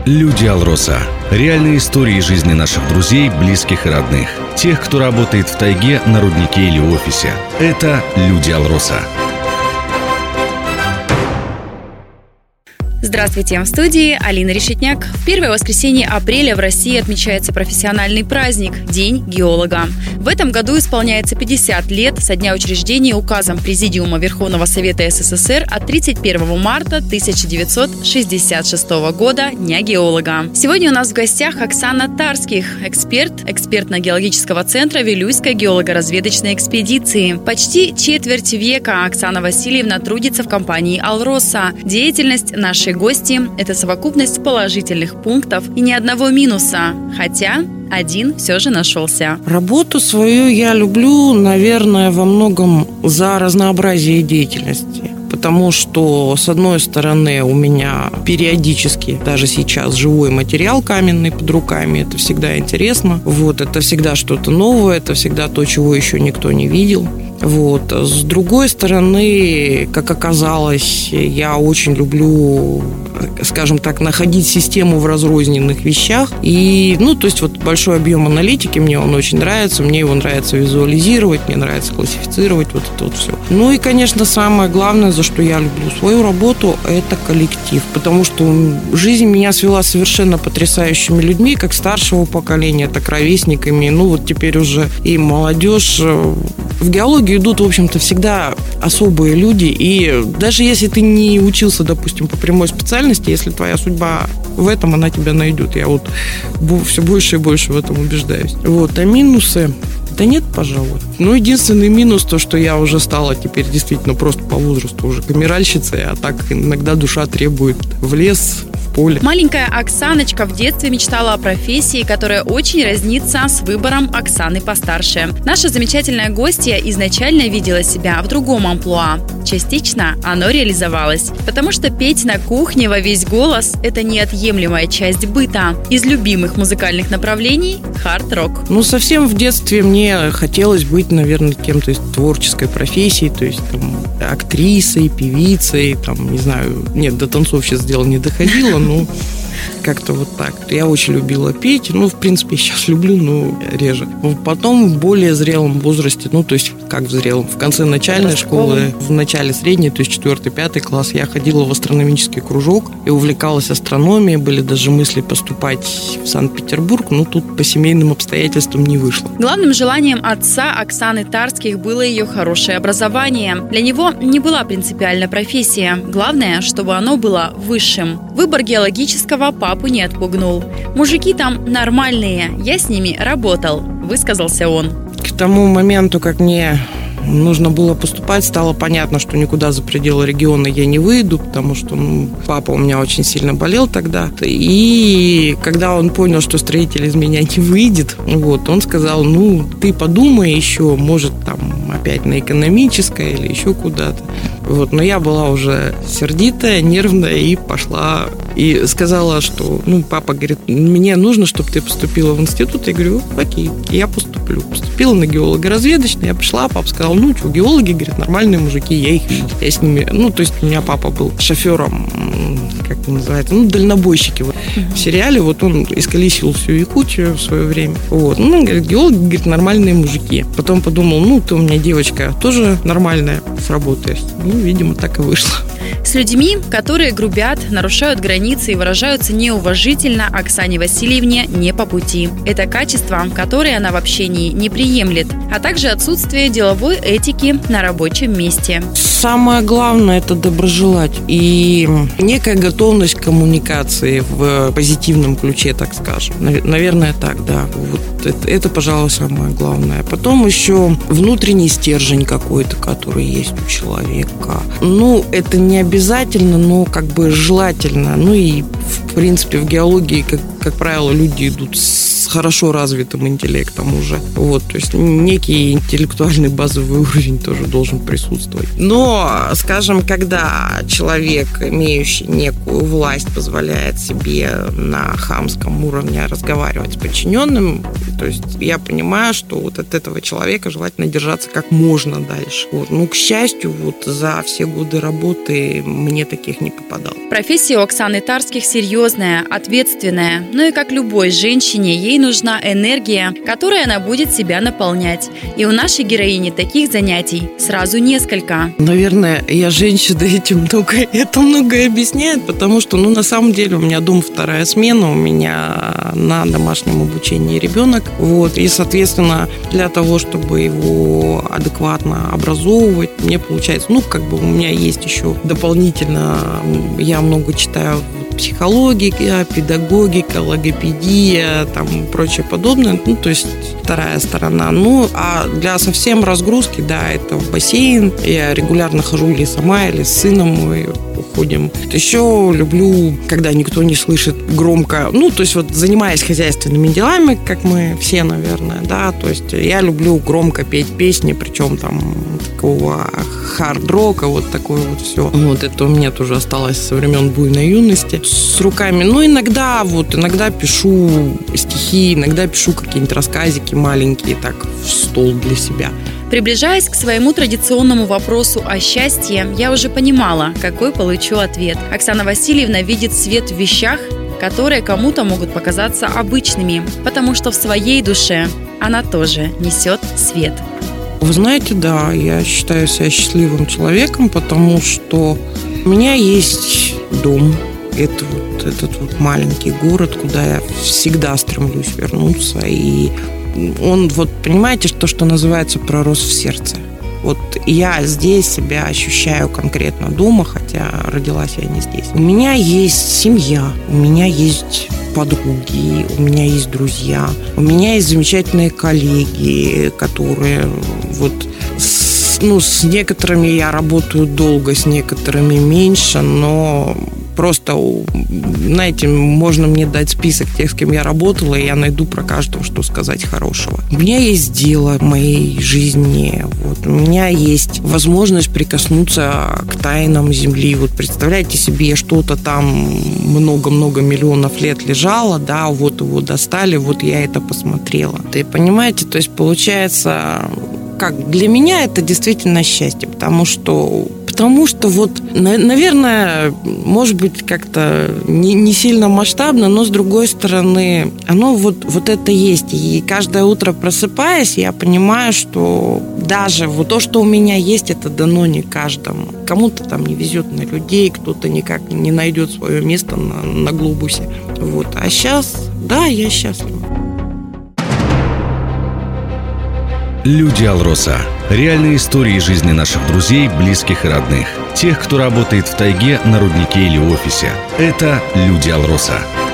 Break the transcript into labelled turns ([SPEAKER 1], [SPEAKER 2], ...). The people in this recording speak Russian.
[SPEAKER 1] Люди Алроса. Реальные истории жизни наших друзей, близких и родных. Тех, кто работает в тайге, на руднике или офисе. Это Люди Алроса.
[SPEAKER 2] Здравствуйте, в студии Алина Решетняк. В первое воскресенье апреля в России отмечается профессиональный праздник – День геолога. В этом году исполняется 50 лет со дня учреждения указом Президиума Верховного Совета СССР от 31 марта 1966 года Дня геолога. Сегодня у нас в гостях Оксана Тарских, эксперт экспертно-геологического центра Вилюйской геолого-разведочной экспедиции. Почти четверть века Оксана Васильевна трудится в компании «Алроса». Деятельность нашей гости – это совокупность положительных пунктов и ни одного минуса, хотя один все же нашелся.
[SPEAKER 3] Работу свою я люблю, наверное, во многом за разнообразие деятельности. Потому что, с одной стороны, у меня периодически, даже сейчас, живой материал каменный под руками. Это всегда интересно. Это всегда что-то новое, это всегда то, чего еще никто не видел. С другой стороны, как оказалось, я очень люблю, скажем так, находить систему в разрозненных вещах. И, большой объем аналитики, мне он очень нравится, мне его нравится визуализировать, мне нравится классифицировать, это все. И, конечно, самое главное, за что я люблю свою работу, это коллектив. Потому что жизнь меня свела с совершенно потрясающими людьми, как старшего поколения, так ровесниками. Теперь уже и молодежь. В геологию идут, в общем-то, всегда особые люди. И даже если ты не учился, допустим, по прямой специальности, если твоя судьба в этом, она тебя найдет. Я все больше и больше в этом убеждаюсь. А минусы? Да нет, пожалуй. Единственный минус то, что я уже стала теперь действительно просто по возрасту уже камеральщицей, а так иногда душа требует в лес, в поле.
[SPEAKER 2] Маленькая Оксаночка в детстве мечтала о профессии, которая очень разнится с выбором Оксаны постарше. Наша замечательная гостья изначально видела себя в другом амплуа. Частично оно реализовалось, потому что петь на кухне во весь голос – это неотъемлемая часть быта. Из любимых музыкальных направлений – хард-рок.
[SPEAKER 3] Совсем в детстве мне хотелось быть, наверное, кем-то из творческой профессии, то есть актрисой, певицей, не знаю, нет, до танцовщиц дело не доходило, но как-то так. Я очень любила петь, в принципе, сейчас люблю, но реже. Потом в более зрелом возрасте, как в зрелом, в конце начальной школы, в начале средней, то есть 4-5 класс, я ходила в астрономический кружок и увлекалась астрономией, были даже мысли поступать в Санкт-Петербург, но тут по семейным обстоятельствам не вышло.
[SPEAKER 2] Главным желанием отца Оксаны Тарских было ее хорошее образование. Для него не была принципиальна профессия. Главное, чтобы оно было высшим. Выбор геологического папу не отпугнул. «Мужики там нормальные, я с ними работал», – высказался он.
[SPEAKER 3] К тому моменту, как мне нужно было поступать, стало понятно, что никуда за пределы региона я не выйду, потому что папа у меня очень сильно болел тогда. И когда он понял, что строитель из меня не выйдет, он сказал, ты подумай еще, может, опять на экономическое или еще куда-то. Но я была уже сердитая, нервная и пошла. И сказала, что, папа говорит, мне нужно, чтобы ты поступила в институт. Я говорю, окей, я поступлю. Поступила на геолого-разведочный, я пришла, папа сказал, геологи, говорит, нормальные мужики, я их видел. Я с ними, то есть у меня папа был шофером, как это называется, дальнобойщики. В сериале, он исколесил всю Якутию в свое время. Говорит, геологи, говорит, нормальные мужики. Потом подумал, ты у меня девочка тоже нормальная, сработаешь. Видимо, так и вышло.
[SPEAKER 2] С людьми, которые грубят, нарушают границы и выражаются неуважительно, Оксане Васильевне не по пути. Это качество, которое она в общении не приемлет, а также отсутствие деловой этики на рабочем месте.
[SPEAKER 3] Самое главное – это доброжелать и некая готовность к коммуникации в позитивном ключе, так скажем. Наверное, так, да. Это, пожалуй, самое главное. Потом еще внутренний стержень какой-то, который есть у человека. Это не обязательно, но желательно. И, в принципе, в геологии, как правило, люди идут с хорошо развитым интеллектом уже. Вот, то есть некий интеллектуальный базовый уровень тоже должен присутствовать. Но, скажем, когда человек, имеющий некую власть, позволяет себе на хамском уровне разговаривать с подчиненным, то есть я понимаю, что вот от этого человека желательно держаться как можно дальше. Вот. Ну, к счастью, вот за все годы работы мне таких не попадало.
[SPEAKER 2] Профессия у Оксаны Тарских серьезная, ответственная. Но и как любой женщине, ей нужна энергия, которой она будет себя наполнять. И у нашей героини таких занятий сразу несколько.
[SPEAKER 3] Наверное, я женщина, это многое объясняет, потому что, на самом деле, у меня дома 2-я смена, у меня на домашнем обучении ребенок. Вот, и, соответственно, для того, чтобы его адекватно образовывать, мне получается, у меня есть еще дополнительно, я много читаю психология, педагогика, логопедия, там прочее подобное, то есть 2-я сторона. А для совсем разгрузки, да, это в бассейн. Я регулярно хожу или сама, или с сыном мы уходим. Еще люблю, когда никто не слышит громко, то есть вот занимаясь хозяйственными делами, как мы все, наверное, да, то есть я люблю громко петь песни, причем там такого хард-рока, вот такое вот все. Вот это у меня тоже осталось со времен буйной юности. С руками, иногда пишу стихи, иногда пишу какие-нибудь рассказики маленькие, так, в стол для себя.
[SPEAKER 2] Приближаясь к своему традиционному вопросу о счастье, я уже понимала, какой получу ответ. Оксана Васильевна видит свет в вещах, которые кому-то могут показаться обычными, потому что в своей душе она тоже несет свет.
[SPEAKER 3] Вы знаете, да, я считаю себя счастливым человеком, потому что у меня есть дом. Это этот маленький город, куда я всегда стремлюсь вернуться. И он, понимаете, что называется, пророс в сердце. Вот я здесь себя ощущаю конкретно дома, хотя родилась я не здесь. У меня есть семья, у меня есть подруги, у меня есть друзья, у меня есть замечательные коллеги, которые с некоторыми я работаю долго, с некоторыми меньше, но просто, знаете, можно мне дать список тех, с кем я работала, и я найду про каждого, что сказать хорошего. У меня есть дело в моей жизни, у меня есть возможность прикоснуться к тайнам Земли. Представляете себе, что-то там много-много миллионов лет лежало, да, его достали, я это посмотрела. Ты понимаете, то есть получается, для меня это действительно счастье, потому что наверное, может быть, как-то не сильно масштабно, но, с другой стороны, оно это есть. И каждое утро, просыпаясь, я понимаю, что даже то, что у меня есть, это дано не каждому. Кому-то там не везет на людей, кто-то никак не найдет свое место на глобусе. А сейчас, да, я счастлива.
[SPEAKER 1] Люди Алроса. Реальные истории жизни наших друзей, близких и родных. Тех, кто работает в тайге, на руднике или офисе. Это Люди Алроса.